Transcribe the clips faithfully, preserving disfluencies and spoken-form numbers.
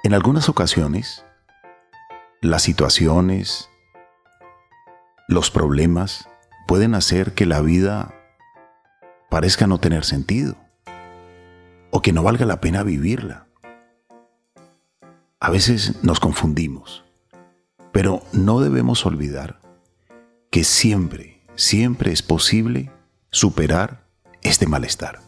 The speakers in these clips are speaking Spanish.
En algunas ocasiones, las situaciones, los problemas pueden hacer que la vida parezca no tener sentido o que no valga la pena vivirla. A veces nos confundimos, pero no debemos olvidar que siempre, siempre es posible superar este malestar.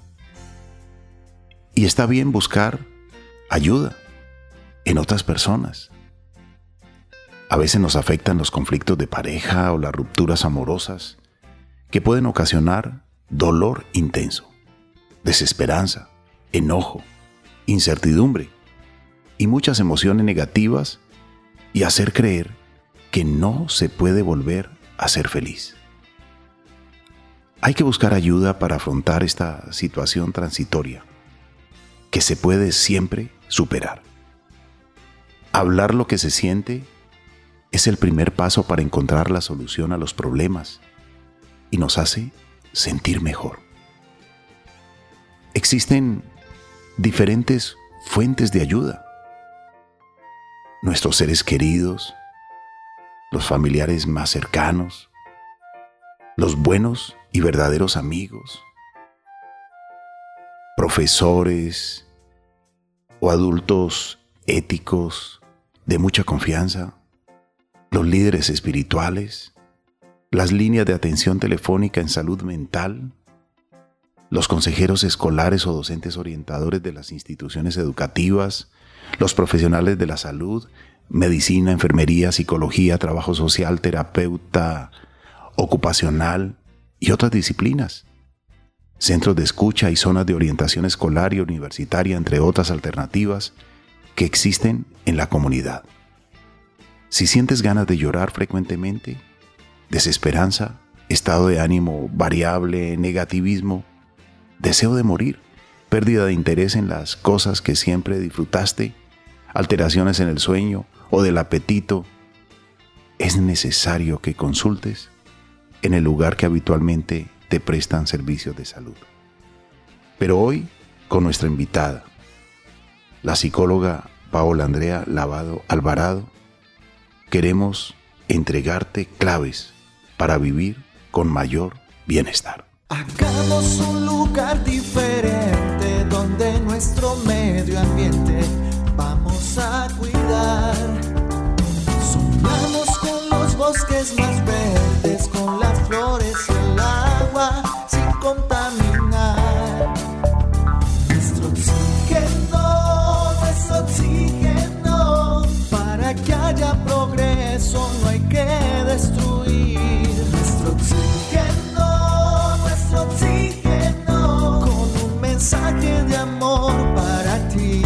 Y está bien buscar ayuda en otras personas. A veces nos afectan los conflictos de pareja o las rupturas amorosas que pueden ocasionar dolor intenso, desesperanza, enojo, incertidumbre y muchas emociones negativas y hacer creer que no se puede volver a ser feliz. Hay que buscar ayuda para afrontar esta situación transitoria que se puede siempre superar. Hablar lo que se siente es el primer paso para encontrar la solución a los problemas y nos hace sentir mejor. Existen diferentes fuentes de ayuda. Nuestros seres queridos, los familiares más cercanos, los buenos y verdaderos amigos, profesores o adultos éticos de mucha confianza, los líderes espirituales, las líneas de atención telefónica en salud mental, los consejeros escolares o docentes orientadores de las instituciones educativas, los profesionales de la salud, medicina, enfermería, psicología, trabajo social, terapeuta ocupacional y otras disciplinas, centros de escucha y zonas de orientación escolar y universitaria, entre otras alternativas que existen en la comunidad. Si sientes ganas de llorar frecuentemente, desesperanza, estado de ánimo variable, negativismo, deseo de morir, pérdida de interés en las cosas que siempre disfrutaste, alteraciones en el sueño o del apetito, es necesario que consultes en el lugar que habitualmente te prestan servicios de salud. Pero hoy, con nuestra invitada, la psicóloga Paola Andrea Lavado Alvarado, queremos entregarte claves para vivir con mayor bienestar. Hagamos un lugar diferente donde nuestro medio ambiente vamos a cuidar. Sumamos con los bosques más verdes, con las flores y el agua, sin contaminar. Nuestro oxígeno, nuestro oxígeno, para que haya progreso no hay que destruir. Nuestro oxígeno, nuestro oxígeno, con un mensaje de amor para ti.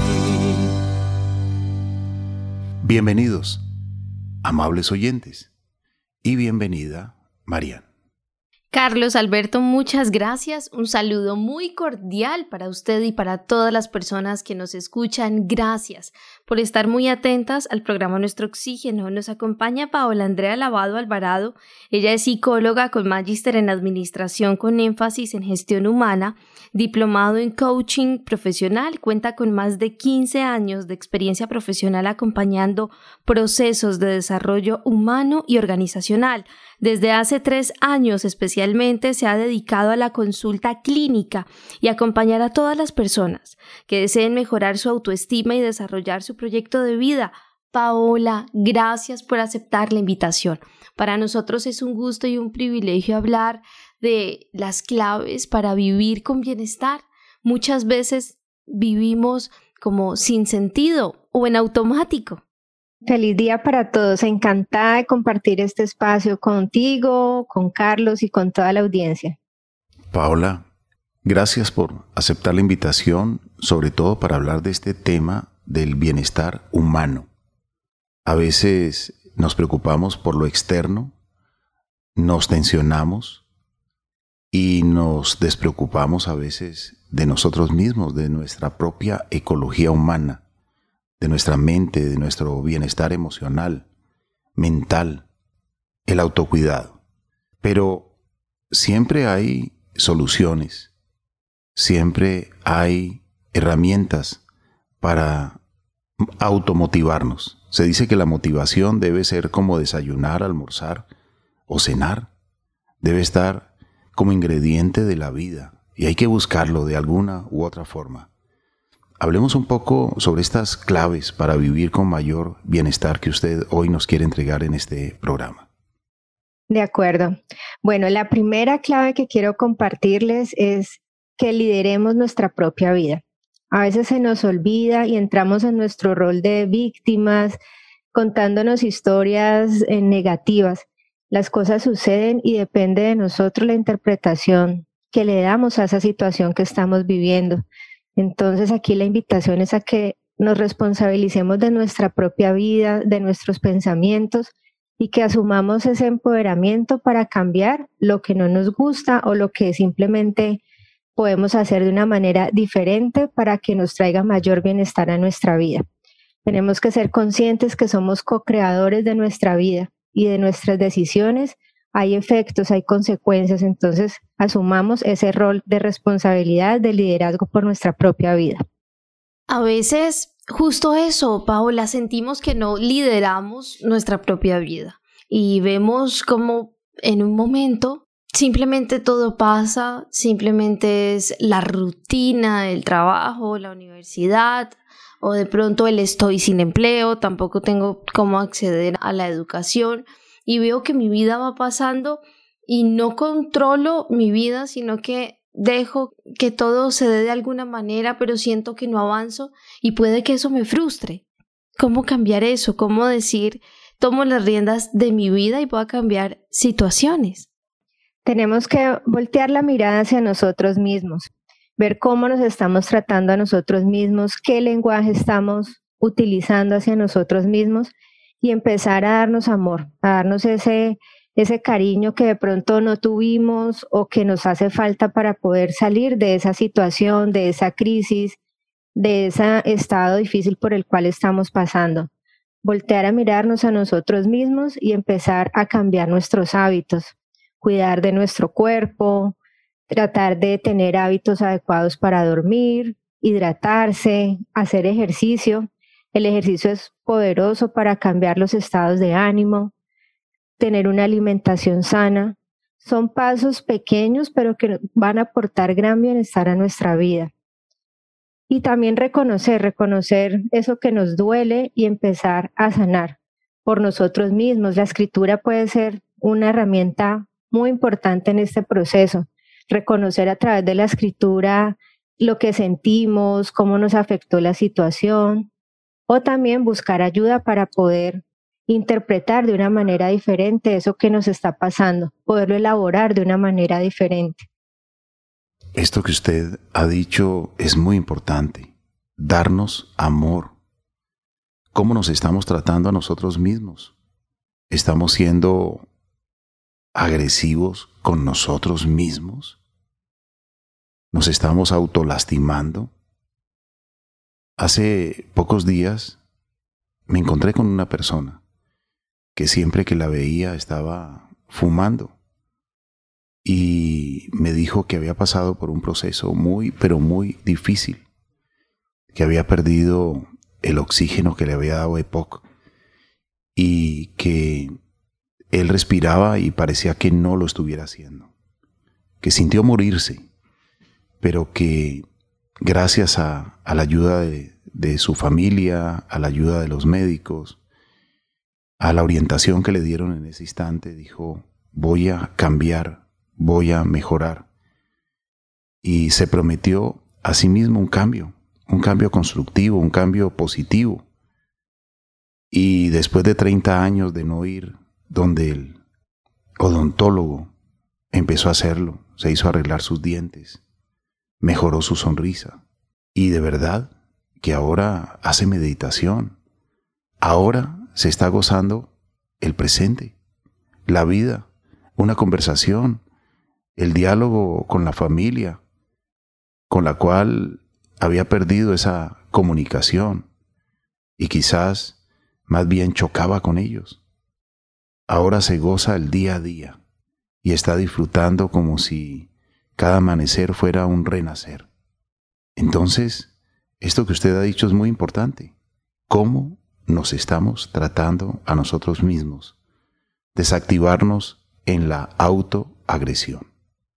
Bienvenidos, amables oyentes, y bienvenida, Marian. Carlos Alberto, muchas gracias. Un saludo muy cordial para usted y para todas las personas que nos escuchan. Gracias por estar muy atentas al programa Nuestro Oxígeno. Nos acompaña Paola Andrea Lavado Alvarado. Ella es psicóloga con magíster en administración con énfasis en gestión humana, diplomado en coaching profesional, cuenta con más de quince años de experiencia profesional acompañando procesos de desarrollo humano y organizacional. Desde hace tres años especialmente se ha dedicado a la consulta clínica y acompañar a todas las personas que deseen mejorar su autoestima y desarrollar su proyecto de vida. Paola, gracias por aceptar la invitación. Para nosotros es un gusto y un privilegio hablar de las claves para vivir con bienestar. Muchas veces vivimos como sin sentido o en automático. Feliz día para todos, encantada de compartir este espacio contigo, con Carlos y con toda la audiencia. Paola, gracias por aceptar la invitación, sobre todo para hablar de este tema del bienestar humano. A veces nos preocupamos por lo externo, nos tensionamos y nos despreocupamos a veces de nosotros mismos, de nuestra propia ecología humana, de nuestra mente, de nuestro bienestar emocional, mental, el autocuidado. Pero siempre hay soluciones, siempre hay herramientas para automotivarnos. Se dice que la motivación debe ser como desayunar, almorzar o cenar. Debe estar como ingrediente de la vida y hay que buscarlo de alguna u otra forma. Hablemos un poco sobre estas claves para vivir con mayor bienestar que usted hoy nos quiere entregar en este programa. De acuerdo. Bueno, la primera clave que quiero compartirles es que lideremos nuestra propia vida. A veces se nos olvida y entramos en nuestro rol de víctimas, contándonos historias eh, negativas. Las cosas suceden y depende de nosotros la interpretación que le damos a esa situación que estamos viviendo. Entonces aquí la invitación es a que nos responsabilicemos de nuestra propia vida, de nuestros pensamientos y que asumamos ese empoderamiento para cambiar lo que no nos gusta o lo que simplemente podemos hacer de una manera diferente para que nos traiga mayor bienestar a nuestra vida. Tenemos que ser conscientes que somos co-creadores de nuestra vida y de nuestras decisiones. Hay efectos, hay consecuencias, entonces asumamos ese rol de responsabilidad, de liderazgo por nuestra propia vida. A veces, justo eso, Paola, sentimos que no lideramos nuestra propia vida y vemos como en un momento simplemente todo pasa, simplemente es la rutina del trabajo, la universidad, o de pronto el estoy sin empleo, tampoco tengo cómo acceder a la educación. Y veo que mi vida va pasando y no controlo mi vida, sino que dejo que todo se dé de alguna manera, pero siento que no avanzo y puede que eso me frustre. ¿Cómo cambiar eso? ¿Cómo decir, tomo las riendas de mi vida y voy a cambiar situaciones? Tenemos que voltear la mirada hacia nosotros mismos, ver cómo nos estamos tratando a nosotros mismos, qué lenguaje estamos utilizando hacia nosotros mismos, y empezar a darnos amor, a darnos ese, ese cariño que de pronto no tuvimos o que nos hace falta para poder salir de esa situación, de esa crisis, de ese estado difícil por el cual estamos pasando. Voltear a mirarnos a nosotros mismos y empezar a cambiar nuestros hábitos, cuidar de nuestro cuerpo, tratar de tener hábitos adecuados para dormir, hidratarse, hacer ejercicio. El ejercicio es poderoso para cambiar los estados de ánimo, tener una alimentación sana. Son pasos pequeños, pero que van a aportar gran bienestar a nuestra vida. Y también reconocer, reconocer eso que nos duele y empezar a sanar por nosotros mismos. La escritura puede ser una herramienta muy importante en este proceso. Reconocer a través de la escritura lo que sentimos, cómo nos afectó la situación. O también buscar ayuda para poder interpretar de una manera diferente eso que nos está pasando, poderlo elaborar de una manera diferente. Esto que usted ha dicho es muy importante, darnos amor. ¿Cómo nos estamos tratando a nosotros mismos? ¿Estamos siendo agresivos con nosotros mismos? ¿Nos estamos autolastimando? Hace pocos días me encontré con una persona que siempre que la veía estaba fumando y me dijo que había pasado por un proceso muy, pero muy difícil, que había perdido el oxígeno que le había dado E P O C y que él respiraba y parecía que no lo estuviera haciendo, que sintió morirse, pero que gracias a, a la ayuda de, de su familia, a la ayuda de los médicos, a la orientación que le dieron en ese instante, dijo, voy a cambiar, voy a mejorar. Y se prometió a sí mismo un cambio, un cambio constructivo, un cambio positivo. Y después de treinta años de no ir donde el odontólogo, empezó a hacerlo, se hizo arreglar sus dientes, mejoró su sonrisa y de verdad que ahora hace meditación. Ahora se está gozando el presente, la vida, una conversación, el diálogo con la familia, con la cual había perdido esa comunicación y quizás más bien chocaba con ellos. Ahora se goza el día a día y está disfrutando como si cada amanecer fuera un renacer. Entonces, esto que usted ha dicho es muy importante. cómo nos estamos tratando a nosotros mismos. Desactivarnos en la autoagresión.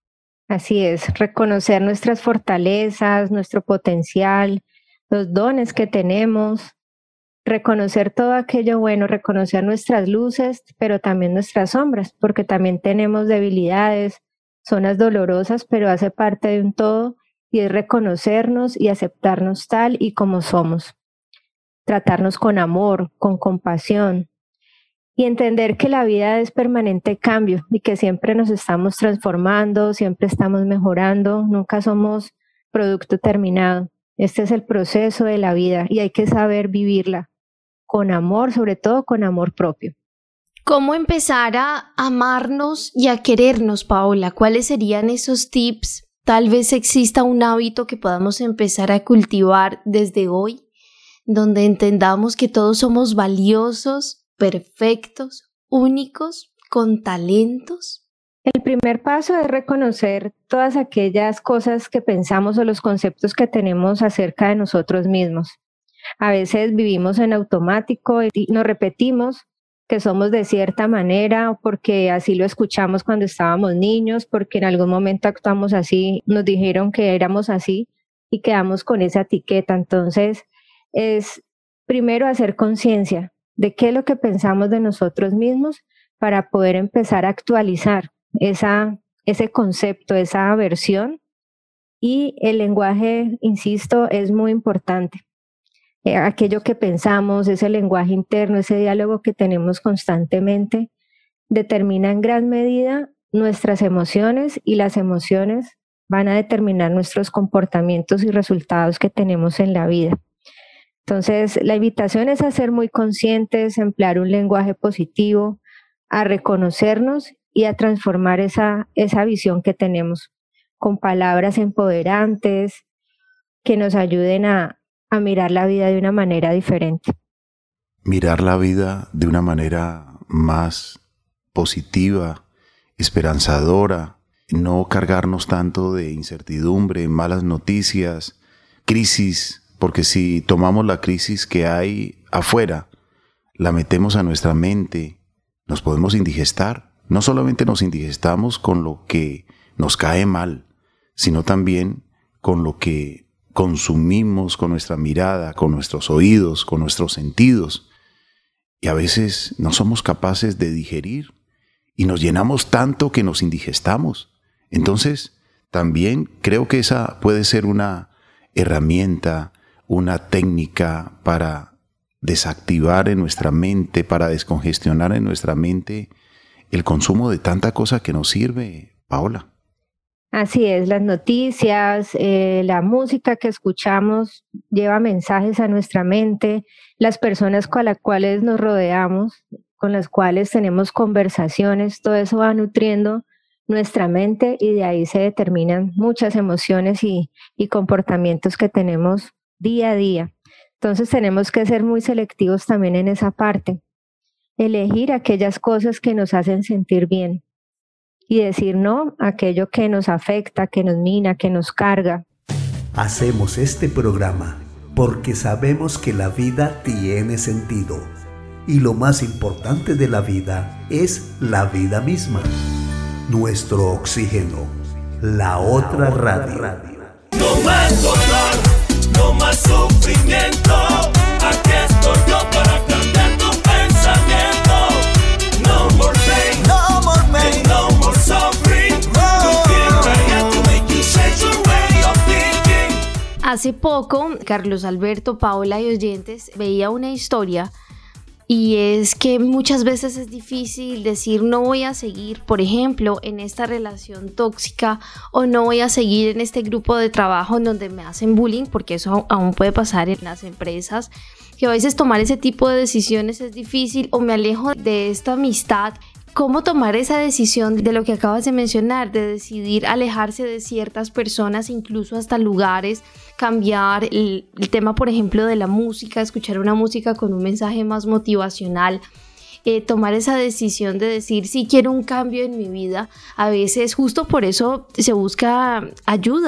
Así es, reconocer nuestras fortalezas, nuestro potencial, los dones que tenemos, reconocer todo aquello bueno, reconocer nuestras luces, pero también nuestras sombras, porque también tenemos debilidades, zonas dolorosas, pero hace parte de un todo y es reconocernos y aceptarnos tal y como somos. Tratarnos con amor, con compasión y entender que la vida es permanente cambio y que siempre nos estamos transformando, siempre estamos mejorando, nunca somos producto terminado. Este es el proceso de la vida y hay que saber vivirla con amor, sobre todo con amor propio. ¿Cómo empezar a amarnos y a querernos, Paola? ¿Cuáles serían esos tips? Tal vez exista un hábito que podamos empezar a cultivar desde hoy, donde entendamos que todos somos valiosos, perfectos, únicos, con talentos. El primer paso es reconocer todas aquellas cosas que pensamos o los conceptos que tenemos acerca de nosotros mismos. A veces vivimos en automático y nos repetimos que somos de cierta manera o porque así lo escuchamos cuando estábamos niños, porque en algún momento actuamos así, nos dijeron que éramos así y quedamos con esa etiqueta. Entonces es primero hacer conciencia de qué es lo que pensamos de nosotros mismos para poder empezar a actualizar esa, ese concepto, esa versión. Y el lenguaje, insisto, es muy importante. Eh, aquello que pensamos, ese lenguaje interno, ese diálogo que tenemos constantemente, determina en gran medida nuestras emociones y las emociones van a determinar nuestros comportamientos y resultados que tenemos en la vida. Entonces, la invitación es a ser muy conscientes, emplear un lenguaje positivo, a reconocernos y a transformar esa, esa visión que tenemos con palabras empoderantes que nos ayuden a, a mirar la vida de una manera diferente. Mirar la vida de una manera más positiva, esperanzadora, no cargarnos tanto de incertidumbre, malas noticias, crisis. Porque si tomamos la crisis que hay afuera, la metemos a nuestra mente, nos podemos indigestar. No solamente nos indigestamos con lo que nos cae mal, sino también con lo que consumimos con nuestra mirada, con nuestros oídos, con nuestros sentidos. Y a veces no somos capaces de digerir y nos llenamos tanto que nos indigestamos. Entonces, también creo que esa puede ser una herramienta, una técnica para desactivar en nuestra mente, para descongestionar en nuestra mente el consumo de tanta cosa que nos sirve, Paola. Así es, las noticias, eh, la música que escuchamos lleva mensajes a nuestra mente, las personas con las cuales nos rodeamos, con las cuales tenemos conversaciones, todo eso va nutriendo nuestra mente y de ahí se determinan muchas emociones y, y comportamientos que tenemos día a día. Entonces tenemos que ser muy selectivos también en esa parte, elegir aquellas cosas que nos hacen sentir bien y decir no a aquello que nos afecta, que nos mina, que nos carga. Hacemos este programa porque sabemos que la vida tiene sentido y lo más importante de la vida es la vida misma. Nuestro oxígeno, la otra radio. No más dolor, no más sufrimiento. Aquí estoy yo para cambiar tu pensamiento. No more pain, no more pain, no more suffering. No fear I have to make you change your way of thinking. Hace poco, Carlos Alberto, Paola y oyentes, veía una historia y es que muchas veces es difícil decir no voy a seguir, por ejemplo, en esta relación tóxica o no voy a seguir en este grupo de trabajo en donde me hacen bullying, porque eso aún puede pasar en las empresas, que a veces tomar ese tipo de decisiones es difícil o me alejo de esta amistad. ¿Cómo tomar esa decisión de lo que acabas de mencionar, de decidir alejarse de ciertas personas, incluso hasta lugares, cambiar el, el tema, por ejemplo, de la música, escuchar una música con un mensaje más motivacional, eh, tomar esa decisión de decir sí quiero un cambio en mi vida? A veces justo por eso se busca ayuda,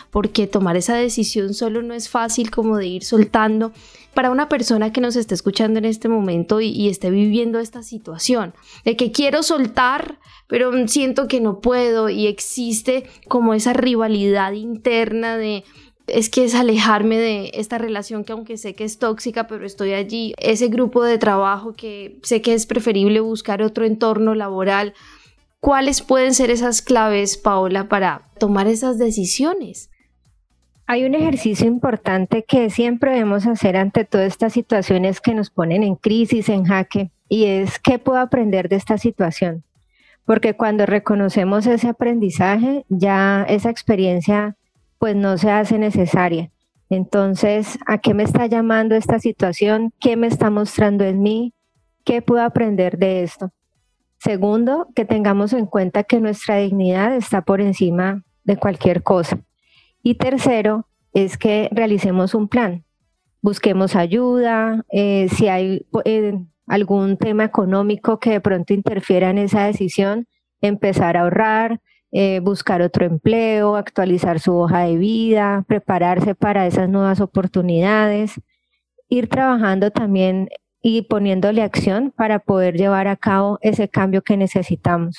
porque tomar esa decisión solo no es fácil, como de ir soltando. Para una persona que nos esté escuchando en este momento y, y esté viviendo esta situación, de que quiero soltar, pero siento que no puedo, y existe como esa rivalidad interna de, es que es alejarme de esta relación que aunque sé que es tóxica, pero estoy allí, ese grupo de trabajo que sé que es preferible buscar otro entorno laboral. ¿Cuáles pueden ser esas claves, Paola, para tomar esas decisiones? Hay un ejercicio importante que siempre debemos hacer ante todas estas situaciones que nos ponen en crisis, en jaque, y es ¿qué puedo aprender de esta situación? Porque cuando reconocemos ese aprendizaje, ya esa experiencia pues no se hace necesaria. Entonces, ¿a qué me está llamando esta situación? ¿Qué me está mostrando en mí? ¿Qué puedo aprender de esto? Segundo, que tengamos en cuenta que nuestra dignidad está por encima de cualquier cosa. Y tercero, es que realicemos un plan. Busquemos ayuda, eh, si hay eh, algún tema económico que de pronto interfiera en esa decisión, empezar a ahorrar, eh, buscar otro empleo, actualizar su hoja de vida, prepararse para esas nuevas oportunidades, ir trabajando también y poniéndole acción para poder llevar a cabo ese cambio que necesitamos.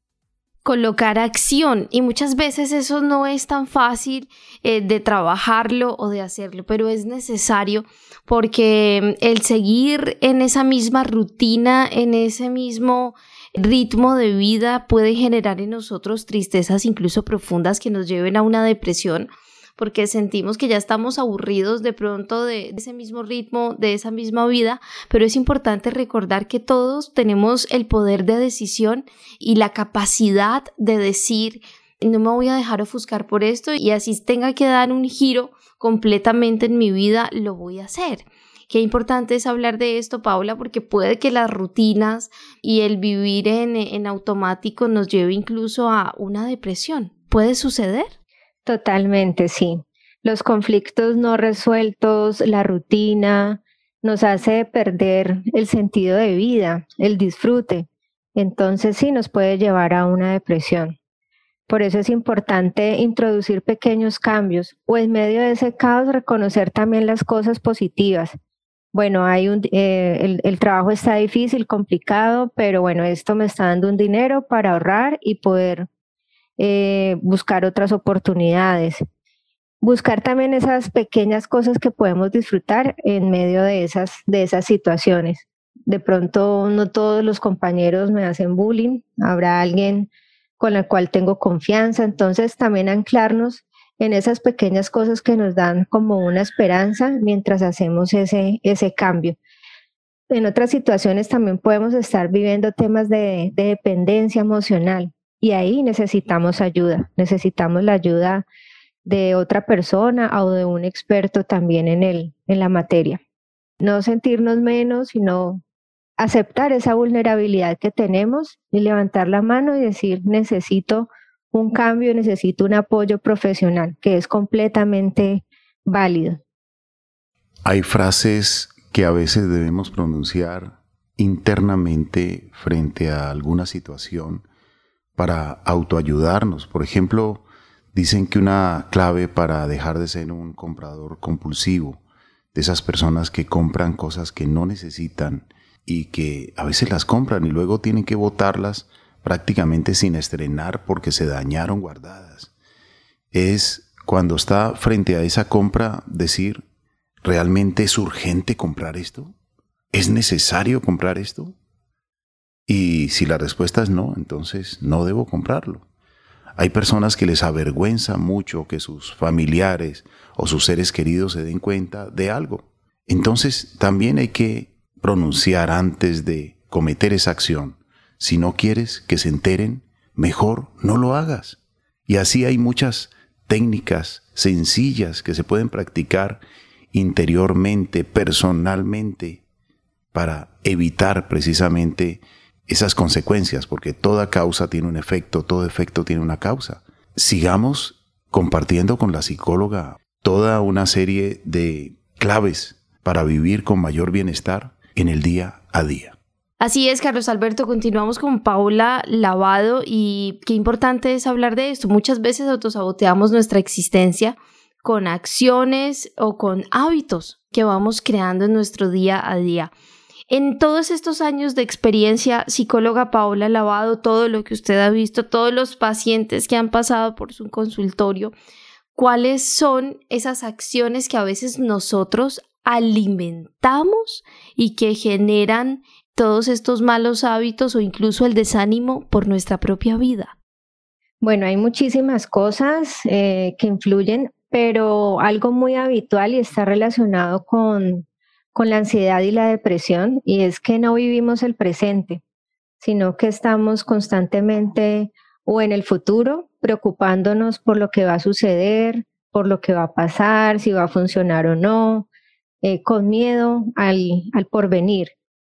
Colocar acción, y muchas veces eso no es tan fácil eh, de trabajarlo o de hacerlo, pero es necesario porque el seguir en esa misma rutina, en ese mismo ritmo de vida puede generar en nosotros tristezas incluso profundas que nos lleven a una depresión, porque sentimos que ya estamos aburridos de pronto de ese mismo ritmo, de esa misma vida, pero es importante recordar que todos tenemos el poder de decisión y la capacidad de decir, no me voy a dejar ofuscar por esto, y así tenga que dar un giro completamente en mi vida, lo voy a hacer. Qué importante es hablar de esto, Paola, porque puede que las rutinas y el vivir en, en automático nos lleve incluso a una depresión. ¿Puede suceder? Totalmente, sí. Los conflictos no resueltos, la rutina, nos hace perder el sentido de vida, el disfrute. Entonces sí nos puede llevar a una depresión. Por eso es importante introducir pequeños cambios o en medio de ese caos reconocer también las cosas positivas. Bueno, hay un, eh, el, el trabajo está difícil, complicado, pero bueno, esto me está dando un dinero para ahorrar y poder Eh, buscar otras oportunidades, buscar también esas pequeñas cosas que podemos disfrutar en medio de esas, de esas situaciones. De pronto no todos los compañeros me hacen bullying, habrá alguien con el cual tengo confianza, entonces también anclarnos en esas pequeñas cosas que nos dan como una esperanza mientras hacemos ese, ese cambio. En otras situaciones también podemos estar viviendo temas de, de dependencia emocional. Y ahí necesitamos ayuda, necesitamos la ayuda de otra persona o de un experto también en, el, en la materia. No sentirnos menos, sino aceptar esa vulnerabilidad que tenemos y levantar la mano y decir, necesito un cambio, necesito un apoyo profesional, que es completamente válido. Hay frases que a veces debemos pronunciar internamente frente a alguna situación para autoayudarnos. Por ejemplo, dicen que una clave para dejar de ser un comprador compulsivo, de esas personas que compran cosas que no necesitan y que a veces las compran y luego tienen que botarlas prácticamente sin estrenar porque se dañaron guardadas, es cuando está frente a esa compra decir, ¿realmente es urgente comprar esto? ¿Es necesario comprar esto? Y si la respuesta es no, entonces no debo comprarlo. Hay personas que les avergüenza mucho que sus familiares o sus seres queridos se den cuenta de algo. Entonces también hay que pronunciar antes de cometer esa acción. Si no quieres que se enteren, mejor no lo hagas. Y así hay muchas técnicas sencillas que se pueden practicar interiormente, personalmente, para evitar precisamente esas consecuencias, porque toda causa tiene un efecto, todo efecto tiene una causa. Sigamos compartiendo con la psicóloga toda una serie de claves para vivir con mayor bienestar en el día a día. Así es, Carlos Alberto, continuamos con Paola Lavado y qué importante es hablar de esto. Muchas veces autosaboteamos nuestra existencia con acciones o con hábitos que vamos creando en nuestro día a día. En todos estos años de experiencia, psicóloga Paola Lavado, todo lo que usted ha visto, todos los pacientes que han pasado por su consultorio, ¿cuáles son esas acciones que a veces nosotros alimentamos y que generan todos estos malos hábitos o incluso el desánimo por nuestra propia vida? Bueno, hay muchísimas cosas eh, que influyen, pero algo muy habitual y está relacionado con, con la ansiedad y la depresión, y es que no vivimos el presente, sino que estamos constantemente o en el futuro preocupándonos por lo que va a suceder, por lo que va a pasar, si va a funcionar o no, eh, con miedo al, al porvenir.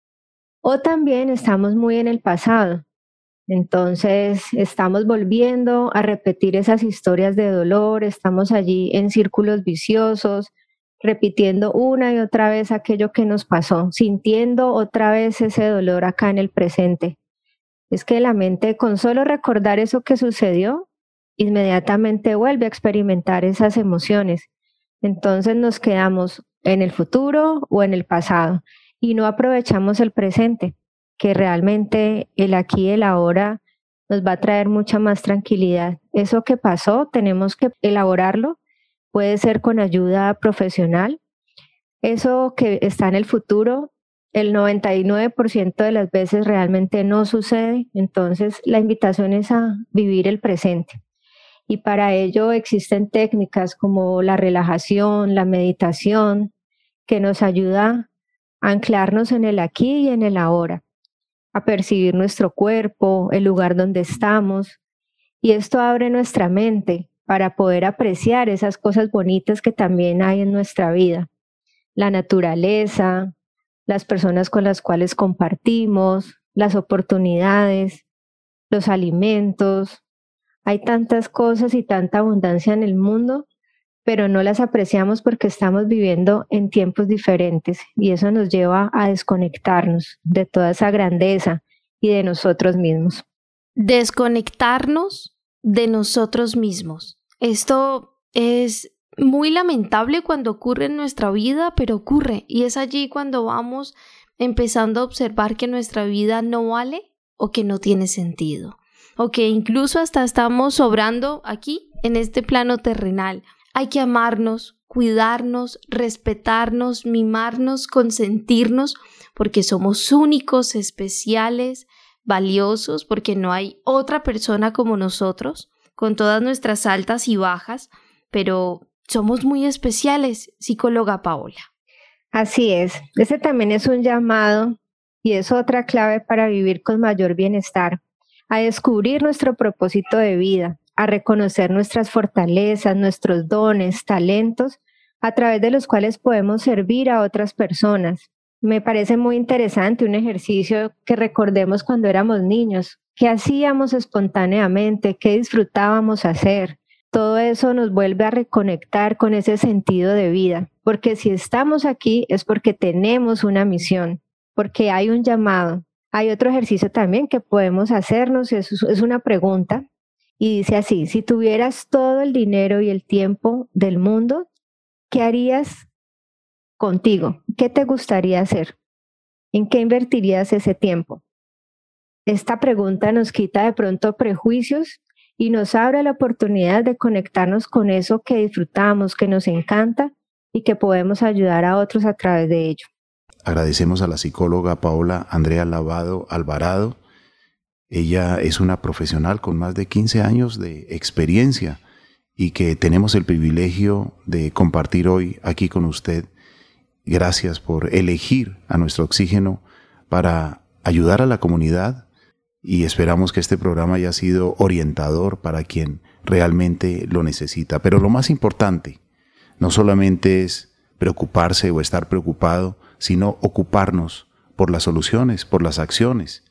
O también estamos muy en el pasado, entonces estamos volviendo a repetir esas historias de dolor, estamos allí en círculos viciosos, repitiendo una y otra vez aquello que nos pasó, sintiendo otra vez ese dolor acá en el presente. Es que la mente, con solo recordar eso que sucedió, inmediatamente vuelve a experimentar esas emociones. Entonces nos quedamos en el futuro o en el pasado y no aprovechamos el presente, que realmente el aquí y el ahora nos va a traer mucha más tranquilidad. Eso que pasó tenemos que elaborarlo, puede ser con ayuda profesional. Eso que está en el futuro, el noventa y nueve por ciento de las veces realmente no sucede, entonces la invitación es a vivir el presente. Y para ello existen técnicas como la relajación, la meditación, que nos ayuda a anclarnos en el aquí y en el ahora, a percibir nuestro cuerpo, el lugar donde estamos, y esto abre nuestra mente para poder apreciar esas cosas bonitas que también hay en nuestra vida, la naturaleza, las personas con las cuales compartimos, las oportunidades, los alimentos. Hay tantas cosas y tanta abundancia en el mundo, pero no las apreciamos porque estamos viviendo en tiempos diferentes y eso nos lleva a desconectarnos de toda esa grandeza y de nosotros mismos. Desconectarnos de nosotros mismos. Esto es muy lamentable cuando ocurre en nuestra vida, pero ocurre y es allí cuando vamos empezando a observar que nuestra vida no vale o que no tiene sentido o que incluso hasta estamos sobrando aquí en este plano terrenal. Hay que amarnos, cuidarnos, respetarnos, mimarnos, consentirnos, porque somos únicos, especiales, valiosos, porque no hay otra persona como nosotros, con todas nuestras altas y bajas, pero somos muy especiales, psicóloga Paola. Así es, ese también es un llamado y es otra clave para vivir con mayor bienestar, a descubrir nuestro propósito de vida, a reconocer nuestras fortalezas, nuestros dones, talentos, a través de los cuales podemos servir a otras personas. Me parece muy interesante un ejercicio que recordemos cuando éramos niños, qué hacíamos espontáneamente, qué disfrutábamos hacer. Todo eso nos vuelve a reconectar con ese sentido de vida, porque si estamos aquí es porque tenemos una misión, porque hay un llamado. Hay otro ejercicio también que podemos hacernos, es, es una pregunta, y dice así: si tuvieras todo el dinero y el tiempo del mundo, ¿qué harías contigo? ¿Qué te gustaría hacer? ¿En qué invertirías ese tiempo? Esta pregunta nos quita de pronto prejuicios y nos abre la oportunidad de conectarnos con eso que disfrutamos, que nos encanta y que podemos ayudar a otros a través de ello. Agradecemos a la psicóloga Paola Andrea Lavado Alvarado. Ella es una profesional con más de quince años de experiencia y que tenemos el privilegio de compartir hoy aquí con usted. Gracias por elegir a Nuestro Oxígeno para ayudar a la comunidad y esperamos que este programa haya sido orientador para quien realmente lo necesita. Pero lo más importante no solamente es preocuparse o estar preocupado, sino ocuparnos por las soluciones, por las acciones.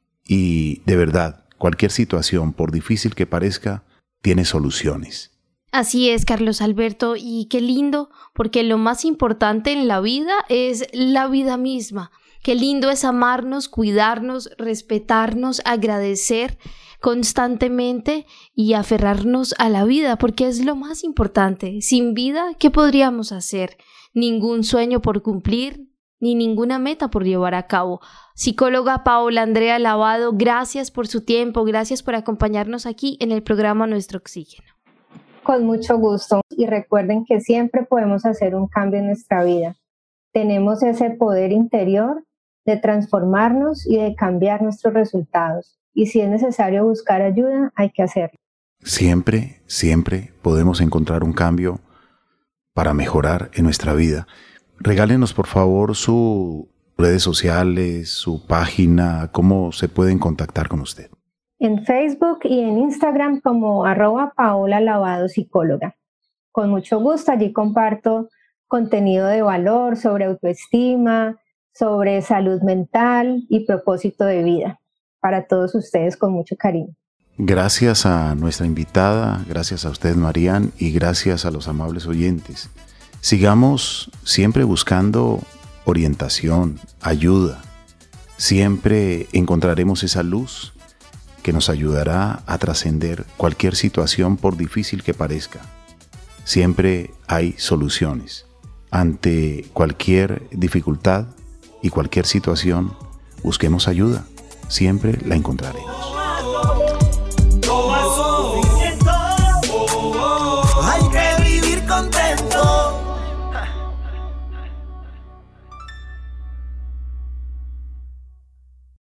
Y de verdad, cualquier situación, por difícil que parezca, tiene soluciones. Así es, Carlos Alberto, y qué lindo, porque lo más importante en la vida es la vida misma. Qué lindo es amarnos, cuidarnos, respetarnos, agradecer constantemente y aferrarnos a la vida, porque es lo más importante. Sin vida, ¿qué podríamos hacer? Ningún sueño por cumplir, ni ninguna meta por llevar a cabo. Psicóloga Paola Andrea Lavado, gracias por su tiempo, gracias por acompañarnos aquí en el programa Nuestro Oxígeno. Con mucho gusto, y recuerden que siempre podemos hacer un cambio en nuestra vida. Tenemos ese poder interior de transformarnos y de cambiar nuestros resultados. Y si es necesario buscar ayuda, hay que hacerlo. Siempre, siempre podemos encontrar un cambio para mejorar en nuestra vida. Regálenos por favor sus redes sociales, su página, cómo se pueden contactar con usted. En Facebook y en Instagram como arroba Paola Lavado Psicóloga. Con mucho gusto, allí comparto contenido de valor sobre autoestima, sobre salud mental y propósito de vida. Para todos ustedes con mucho cariño. Gracias a nuestra invitada, gracias a usted, Marian, y gracias a los amables oyentes. Sigamos siempre buscando orientación, ayuda. Siempre encontraremos esa luz que nos ayudará a trascender cualquier situación por difícil que parezca. Siempre hay soluciones. Ante cualquier dificultad y cualquier situación, busquemos ayuda. Siempre la encontraremos.